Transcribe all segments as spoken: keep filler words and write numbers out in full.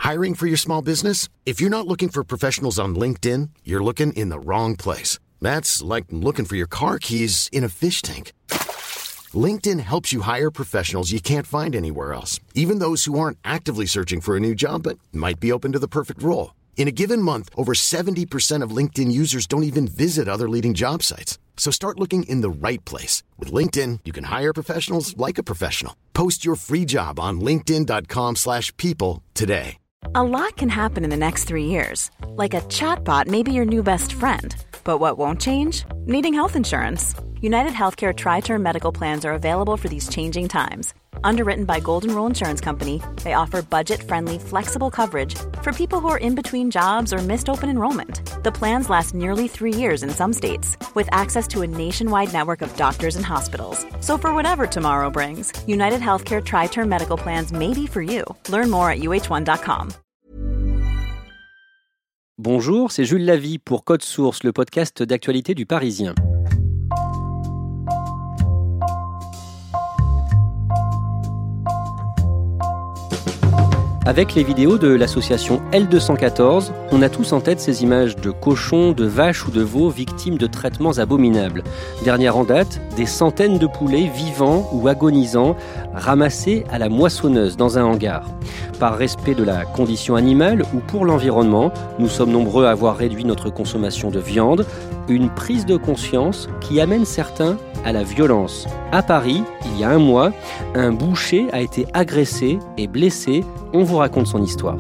Hiring for your small business? If you're not looking for professionals on LinkedIn, you're looking in the wrong place. That's like looking for your car keys in a fish tank. LinkedIn helps you hire professionals you can't find anywhere else, even those who aren't actively searching for a new job but might be open to the perfect role. In a given month, over seventy percent of LinkedIn users don't even visit other leading job sites. So start looking in the right place. With LinkedIn, you can hire professionals like a professional. Post your free job on linkedin.com slash people today. A lot can happen in the next three years. Like a chatbot may be your new best friend. But what won't change? Needing health insurance. United Healthcare Tri-Term Medical Plans are available for these changing times. Underwritten by Golden Rule Insurance Company, they offer budget-friendly, flexible coverage for people who are in between jobs or missed open enrollment. The plans last nearly three years in some states, with access to a nationwide network of doctors and hospitals. So for whatever tomorrow brings, United Healthcare Tri-Term Medical Plans may be for you. Learn more at U H one dot com. Bonjour, c'est Jules Lavie pour Code Source, le podcast d'actualité du Parisien. Avec les vidéos de l'association L deux cent quatorze, on a tous en tête ces images de cochons, de vaches ou de veaux victimes de traitements abominables. Dernière en date, des centaines de poulets vivants ou agonisants ramassés à la moissonneuse dans un hangar. Par respect de la condition animale ou pour l'environnement, nous sommes nombreux à avoir réduit notre consommation de viande, une prise de conscience qui amène certains à la violence. À Paris, il y a un mois, un boucher a été agressé et blessé. On vous raconte son histoire.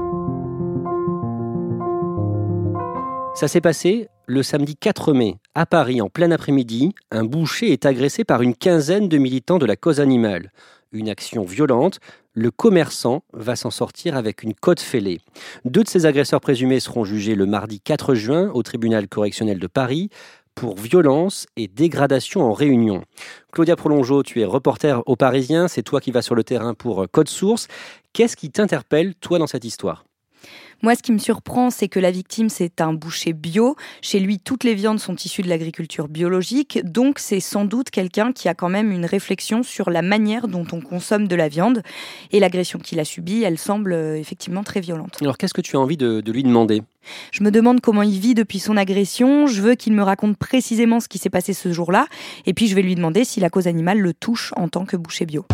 Ça s'est passé le samedi quatre mai. À Paris, en plein après-midi, un boucher est agressé par une quinzaine de militants de la cause animale. Une action violente. Le commerçant va s'en sortir avec une côte fêlée. Deux de ses agresseurs présumés seront jugés le mardi quatre juin au tribunal correctionnel de Paris pour violence et dégradation en réunion. Claudia Prolongeau, tu es reporter au Parisien, c'est toi qui vas sur le terrain pour Code Source. Qu'est-ce qui t'interpelle, toi, dans cette histoire ? Moi, ce qui me surprend, c'est que la victime, c'est un boucher bio. Chez lui, toutes les viandes sont issues de l'agriculture biologique. Donc, c'est sans doute quelqu'un qui a quand même une réflexion sur la manière dont on consomme de la viande. Et l'agression qu'il a subie, elle semble effectivement très violente. Alors, qu'est-ce que tu as envie de, de lui demander ? Je me demande comment il vit depuis son agression. Je veux qu'il me raconte précisément ce qui s'est passé ce jour-là. Et puis, je vais lui demander si la cause animale le touche en tant que boucher bio.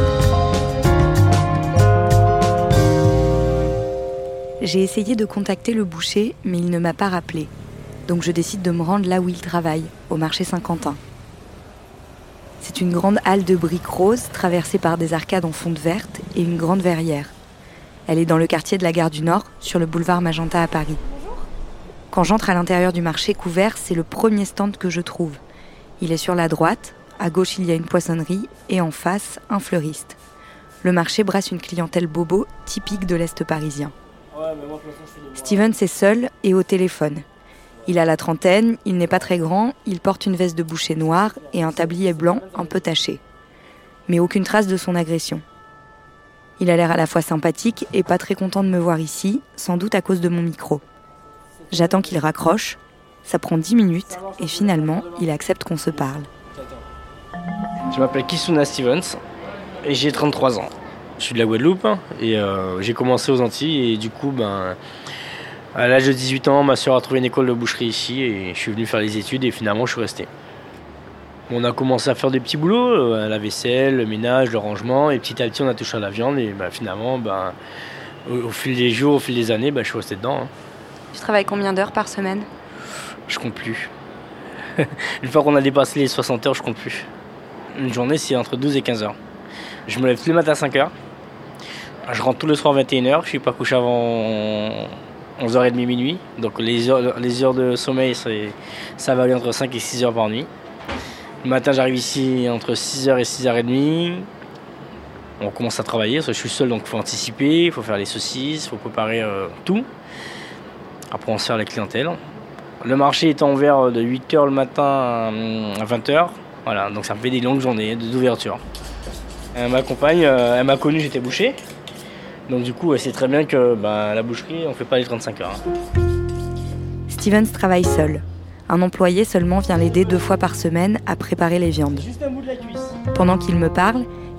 J'ai essayé de contacter le boucher, mais il ne m'a pas rappelé. Donc je décide de me rendre là où il travaille, au marché Saint-Quentin. C'est une grande halle de briques roses, traversée par des arcades en fonte verte et une grande verrière. Elle est dans le quartier de la Gare du Nord, sur le boulevard Magenta à Paris. Quand j'entre à l'intérieur du marché couvert, c'est le premier stand que je trouve. Il est sur la droite, à gauche il y a une poissonnerie et en face, un fleuriste. Le marché brasse une clientèle bobo typique de l'Est parisien. Steven est seul et au téléphone. Il a la trentaine, il n'est pas très grand, il porte une veste de boucher noire et un tablier blanc un peu taché. Mais aucune trace de son agression. Il a l'air à la fois sympathique et pas très content de me voir ici, sans doute à cause de mon micro. J'attends qu'il raccroche, ça prend dix minutes et finalement, il accepte qu'on se parle. Je m'appelle Kisuna Stevens et j'ai trente-trois ans. Je suis de la Guadeloupe et euh, j'ai commencé aux Antilles et du coup, ben, à l'âge de dix-huit ans, ma soeur a trouvé une école de boucherie ici et je suis venu faire les études et finalement je suis resté. On a commencé à faire des petits boulots, la vaisselle, le ménage, le rangement et petit à petit on a touché à la viande et ben, finalement, ben, au, au fil des jours, au fil des années, ben, je suis resté dedans. Hein. Tu travailles combien d'heures par semaine ? Je compte plus. Une fois qu'on a dépassé les soixante heures, je compte plus. Une journée c'est entre douze et quinze heures. Je me lève tous les matins à cinq heures. Je rentre tous les soirs à vingt et une heures, je ne suis pas couché avant onze heures trente minuit. Donc les heures, les heures de sommeil, c'est, ça varie entre cinq et six heures par nuit. Le matin, j'arrive ici entre six heures et six heures trente. On commence à travailler, parce que je suis seul, donc il faut anticiper, il faut faire les saucisses, il faut préparer euh, tout. Après, on sert la clientèle. Le marché est ouvert de huit heures le matin à vingt heures. Voilà, donc ça me fait des longues journées d'ouverture. Euh, ma compagne, euh, elle m'a connu, j'étais boucher. Donc du coup, elle sait très bien que bah, la boucherie, on ne fait pas les trente-cinq heures. Hein. Stevens travaille seul. Un employé seulement vient l'aider deux fois par semaine à préparer les viandes. Juste un bout de la cuisse. Pendant qu'il me parle,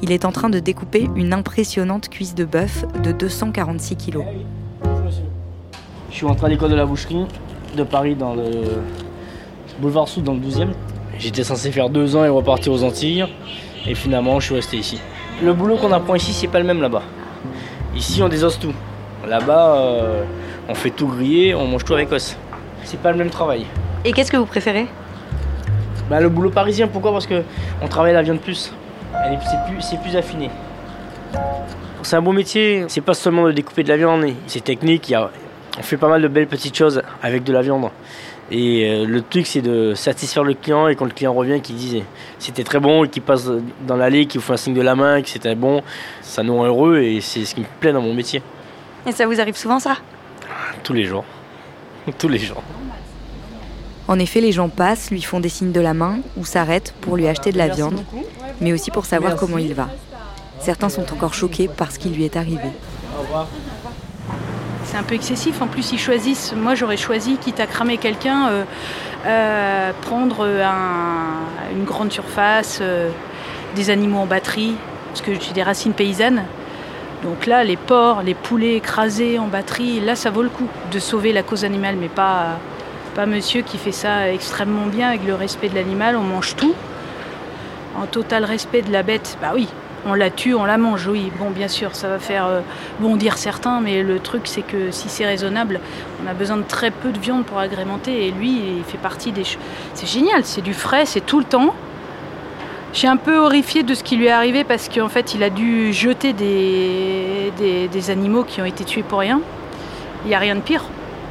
Il est en train de découper une impressionnante cuisse de bœuf de deux cent quarante-six kilos. Je suis rentré à l'école de la boucherie de Paris dans le boulevard Sud dans le douzième. J'étais censé faire deux ans et repartir aux Antilles. Et finalement, je suis resté ici. Le boulot qu'on apprend ici, c'est pas le même là-bas. Ici, on désosse tout. Là-bas, euh, on fait tout griller, on mange tout avec os. C'est pas le même travail. Et qu'est-ce que vous préférez ? Bah, le boulot parisien, pourquoi ? Parce qu'on travaille la viande plus. Elle est, c'est, plus c'est plus affiné. C'est un beau métier, c'est pas seulement de découper de la viande, c'est technique, il y a, on fait pas mal de belles petites choses avec de la viande. Et euh, le truc, c'est de satisfaire le client et quand le client revient, qu'il dise c'était très bon et qu'il passe dans l'allée, qu'il vous fait un signe de la main, que c'était bon, ça nous rend heureux et c'est ce qui me plaît dans mon métier. Et ça vous arrive souvent, ça ? Tous les jours. Tous les jours. En effet, les gens passent, lui font des signes de la main ou s'arrêtent pour lui acheter de la viande, mais aussi pour savoir Merci. Comment il va. Certains sont encore choqués par ce qui lui est arrivé. Au revoir. C'est un peu excessif. En plus, ils choisissent. Moi, j'aurais choisi, quitte à cramer quelqu'un, euh, euh, prendre un, une grande surface, euh, des animaux en batterie, parce que j'ai des racines paysannes. Donc là, les porcs, les poulets écrasés en batterie, là, ça vaut le coup de sauver la cause animale, mais pas, pas monsieur qui fait ça extrêmement bien avec le respect de l'animal. On mange tout. En total respect de la bête, bah oui. On la tue, on la mange, oui. Bon, bien sûr, ça va faire euh, bondir certains, mais le truc, c'est que si c'est raisonnable, on a besoin de très peu de viande pour agrémenter. Et lui, il fait partie des... Ch- c'est génial, c'est du frais, c'est tout le temps. Je suis un peu horrifiée de ce qui lui est arrivé parce qu'en fait, il a dû jeter des, des, des animaux qui ont été tués pour rien. Il n'y a rien de pire.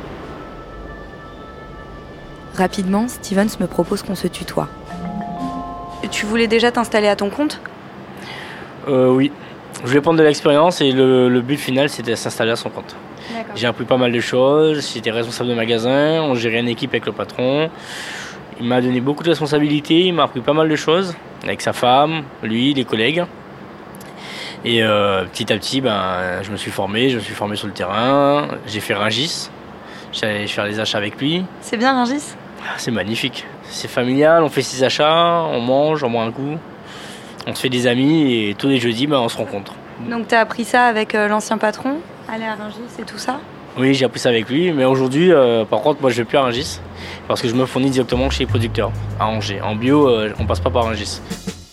Rapidement, Stevens me propose qu'on se tutoie. Tu voulais déjà t'installer à ton compte ? Euh, oui, je voulais prendre de l'expérience et le, le but final c'était de s'installer à son compte. D'accord. J'ai appris pas mal de choses, j'étais responsable de magasin, on gérait une équipe avec le patron. Il m'a donné beaucoup de responsabilités, il m'a appris pas mal de choses avec sa femme, lui, les collègues. Et euh, petit à petit, ben, je me suis formé, je me suis formé sur le terrain, j'ai fait Rungis, j'allais faire les achats avec lui. C'est bien Rungis ? C'est magnifique, c'est familial, on fait ses achats, on mange, on boit un coup. On se fait des amis et tous les jeudis, ben, on se rencontre. Donc tu as appris ça avec euh, l'ancien patron, aller à Rungis et tout ça ? Oui, j'ai appris ça avec lui, mais aujourd'hui, euh, par contre, moi je ne vais plus à Rungis parce que je me fournis directement chez les producteurs à Angers. En bio, euh, on ne passe pas par Rungis.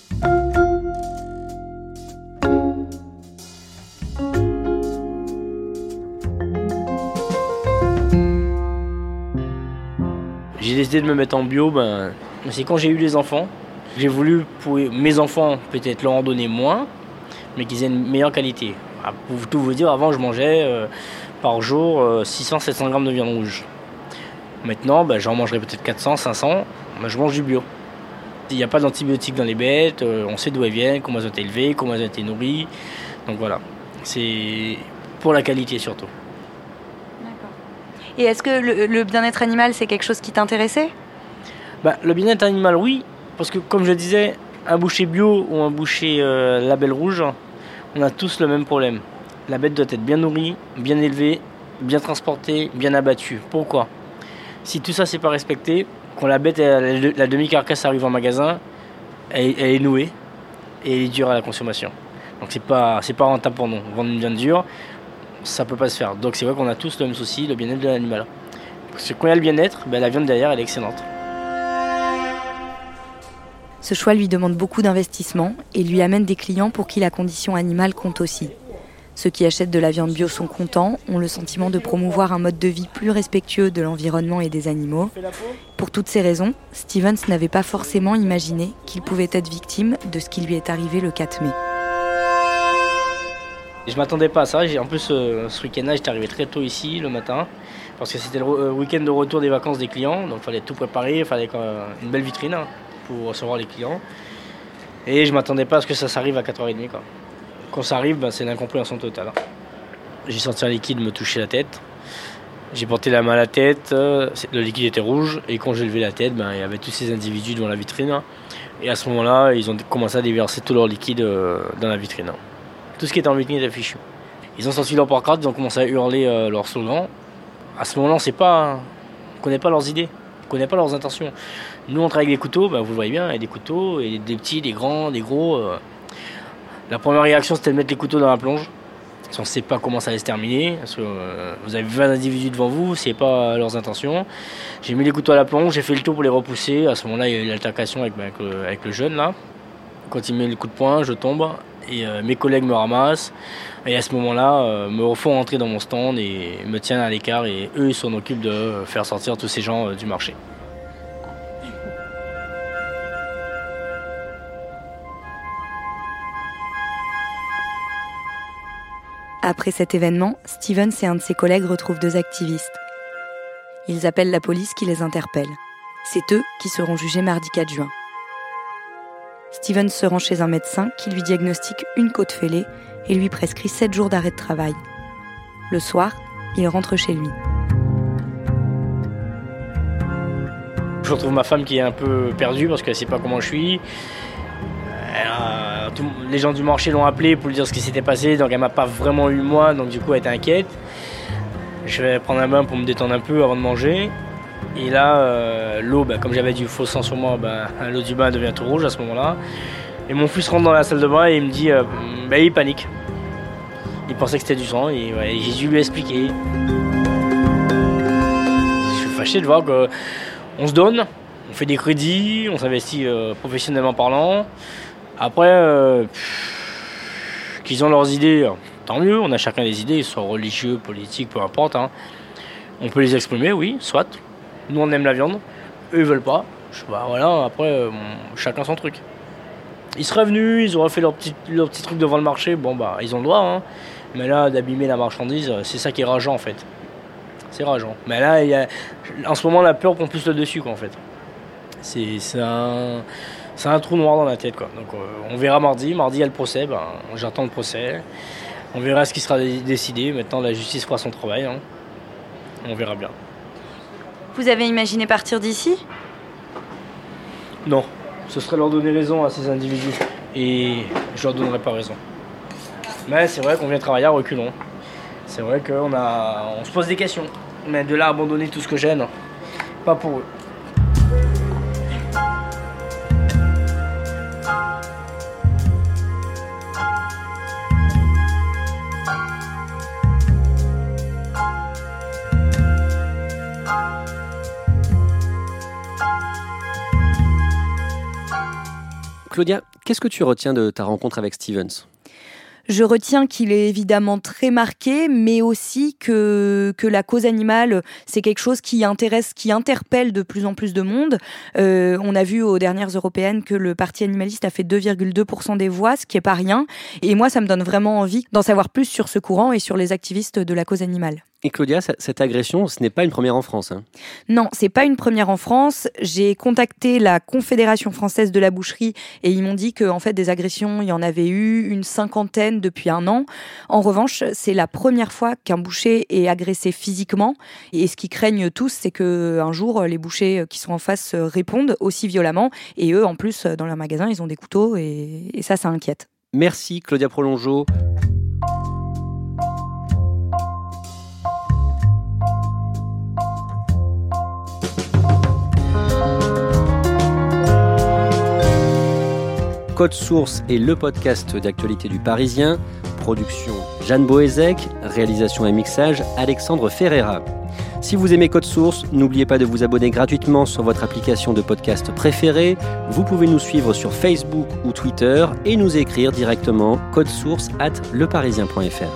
J'ai décidé de me mettre en bio, ben, c'est quand j'ai eu les enfants. J'ai voulu pour mes enfants peut-être leur en donner moins, mais qu'ils aient une meilleure qualité. Pour tout vous dire, avant je mangeais euh, par jour euh, six cents à sept cents grammes de viande rouge. Maintenant, ben, j'en mangerai peut-être quatre cents, cinq cents, ben, je mange du bio. Il n'y a pas d'antibiotiques dans les bêtes, euh, on sait d'où elles viennent, comment elles ont été élevées, comment elles ont été nourries. Donc voilà, c'est pour la qualité surtout. D'accord. Et est-ce que le, le bien-être animal, c'est quelque chose qui t'intéressait ? Ben, le bien-être animal, oui. Parce que comme je disais, un boucher bio ou un boucher euh, label rouge, on a tous le même problème. La bête doit être bien nourrie, bien élevée, bien transportée, bien abattue. Pourquoi ? Si tout ça c'est pas respecté, quand la bête, elle, la demi-carcasse arrive en magasin, elle, elle est nouée et elle est dure à la consommation. Donc c'est pas, c'est pas rentable pour nous. Vendre une viande dure, ça peut pas se faire. Donc c'est vrai qu'on a tous le même souci, le bien-être de l'animal. Parce que quand il y a le bien-être, ben, la viande derrière elle est excellente. Ce choix lui demande beaucoup d'investissement et lui amène des clients pour qui la condition animale compte aussi. Ceux qui achètent de la viande bio sont contents, ont le sentiment de promouvoir un mode de vie plus respectueux de l'environnement et des animaux. Pour toutes ces raisons, Stevens n'avait pas forcément imaginé qu'il pouvait être victime de ce qui lui est arrivé le quatre mai. Je ne m'attendais pas à ça. En plus, ce, ce week-end-là, j'étais arrivé très tôt ici le matin parce que c'était le week-end de retour des vacances des clients. Donc il fallait tout préparer, il fallait une belle vitrine pour recevoir les clients. Et je ne m'attendais pas à ce que ça s'arrive à quatre heures trente. Quoi. Quand ça arrive, ben, c'est l'incompréhension totale. J'ai senti un liquide me toucher la tête. J'ai porté la main à la tête, le liquide était rouge. Et quand j'ai levé la tête, ben, il y avait tous ces individus devant la vitrine. Et à ce moment-là, ils ont commencé à déverser tout leur liquide dans la vitrine. Tout ce qui était en vitrine était fichu. Ils ont sorti leur pancarte, ils ont commencé à hurler euh, leur slogan. À ce moment-là, on sait pas, on ne connaît pas leurs idées, on ne connaît pas leurs intentions. Nous, on travaille avec des couteaux, ben, vous le voyez bien, il y a des couteaux, et des petits, des grands, des gros. Euh. La première réaction, c'était de mettre les couteaux dans la plonge. Parce qu'on ne sait pas comment ça allait se terminer. Parce que euh, vous avez vingt individus devant vous, c'est pas leurs intentions. J'ai mis les couteaux à la plonge, j'ai fait le tour pour les repousser. À ce moment-là, il y a eu l'altercation avec, avec, le, avec le jeune là. Quand il met le coup de poing, je tombe et euh, mes collègues me ramassent. Et à ce moment-là, euh, me font rentrer dans mon stand et me tiennent à l'écart. Et eux, ils s'en occupent de faire sortir tous ces gens euh, du marché. Après cet événement, Stevens et un de ses collègues retrouvent deux activistes. Ils appellent la police qui les interpelle. C'est eux qui seront jugés mardi quatre juin. Stevens se rend chez un médecin qui lui diagnostique une côte fêlée et lui prescrit sept jours d'arrêt de travail. Le soir, il rentre chez lui. Je retrouve ma femme qui est un peu perdue parce qu'elle ne sait pas comment je suis. Euh, tout, les gens du marché l'ont appelée pour lui dire ce qui s'était passé, donc elle m'a pas vraiment eu moi, donc du coup elle était inquiète. Je vais prendre un bain pour me détendre un peu avant de manger. Et là, euh, l'eau, bah, comme j'avais du faux sang sur moi, bah, l'eau du bain devient tout rouge à ce moment-là. Et mon fils rentre dans la salle de bain et il me dit, euh, bah, il panique. Il pensait que c'était du sang et ouais, j'ai dû lui expliquer. Je suis fâché de voir qu'on se donne, on fait des crédits, on s'investit euh, professionnellement parlant. Après, euh, pff, qu'ils ont leurs idées, tant mieux, on a chacun des idées, soit religieux, politiques, peu importe. Hein. On peut les exprimer, oui, soit. Nous, on aime la viande, eux, ils veulent pas. Je, bah voilà, après, euh, chacun son truc. Ils seraient venus, ils auraient fait leur petit, leur petit truc devant le marché, bon, bah, ils ont le droit. Hein. Mais là, d'abîmer la marchandise, c'est ça qui est rageant, en fait. C'est rageant. Mais là, il y a, en ce moment, la peur prend plus le dessus, quoi, en fait. C'est, c'est un... C'est un trou noir dans la tête, quoi. Donc euh, on verra mardi. Mardi, il y a le procès. Ben, j'attends le procès. On verra ce qui sera décidé. Maintenant, la justice fera son travail. Hein. On verra bien. Vous avez imaginé partir d'ici ? Non. Ce serait leur donner raison à ces individus. Et je leur donnerai pas raison. Mais c'est vrai qu'on vient travailler à reculons. C'est vrai qu'on a... on se pose des questions. Mais de là à abandonner tout ce que j'aime, pas pour eux. Claudia, qu'est-ce que tu retiens de ta rencontre avec Stevens ? Je retiens qu'il est évidemment très marqué, mais aussi que, que la cause animale, c'est quelque chose qui intéresse, qui interpelle de plus en plus de monde. Euh, on a vu aux dernières européennes que le parti animaliste a fait deux virgule deux pour cent des voix, ce qui est pas rien. Et moi, ça me donne vraiment envie d'en savoir plus sur ce courant et sur les activistes de la cause animale. Et Claudia, cette agression, ce n'est pas une première en France. Hein. Non, c'est pas une première en France. J'ai contacté la Confédération française de la boucherie et ils m'ont dit que, en fait, des agressions, il y en avait eu une cinquantaine depuis un an. En revanche, c'est la première fois qu'un boucher est agressé physiquement. Et ce qu'ils craignent tous, c'est qu'un jour, les bouchers qui sont en face répondent aussi violemment. Et eux, en plus, dans leur magasin, ils ont des couteaux et, et ça, ça inquiète. Merci Claudia Prolongeau. Code Source est le podcast d'actualité du Parisien. Production Jeanne Boézek, réalisation et mixage Alexandre Ferreira. Si vous aimez Code Source, n'oubliez pas de vous abonner gratuitement sur votre application de podcast préférée. Vous pouvez nous suivre sur Facebook ou Twitter et nous écrire directement codesource arobase leparisien point fr.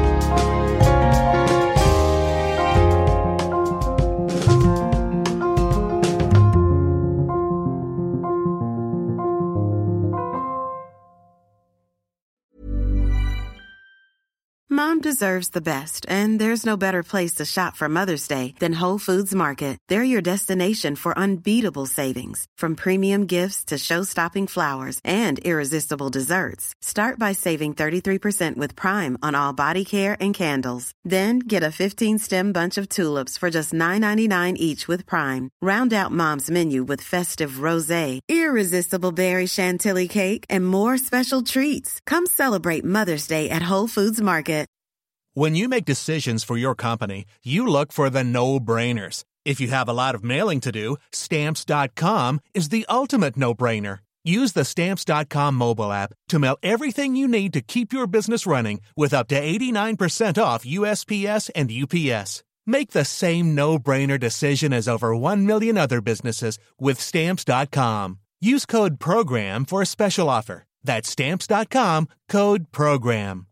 Mom deserves the best, and there's no better place to shop for Mother's Day than Whole Foods Market. They're your destination for unbeatable savings, from premium gifts to show-stopping flowers and irresistible desserts. Start by saving thirty-three percent with Prime on all body care and candles. Then get a fifteen-stem bunch of tulips for just nine ninety-nine each with Prime. Round out Mom's menu with festive rosé, irresistible berry chantilly cake, and more special treats. Come celebrate Mother's Day at Whole Foods Market. When you make decisions for your company, you look for the no-brainers. If you have a lot of mailing to do, Stamps dot com is the ultimate no-brainer. Use the Stamps dot com mobile app to mail everything you need to keep your business running with up to eighty-nine percent off U S P S and U P S. Make the same no-brainer decision as over one million other businesses with Stamps dot com. Use code PROGRAM for a special offer. That's Stamps dot com, code PROGRAM.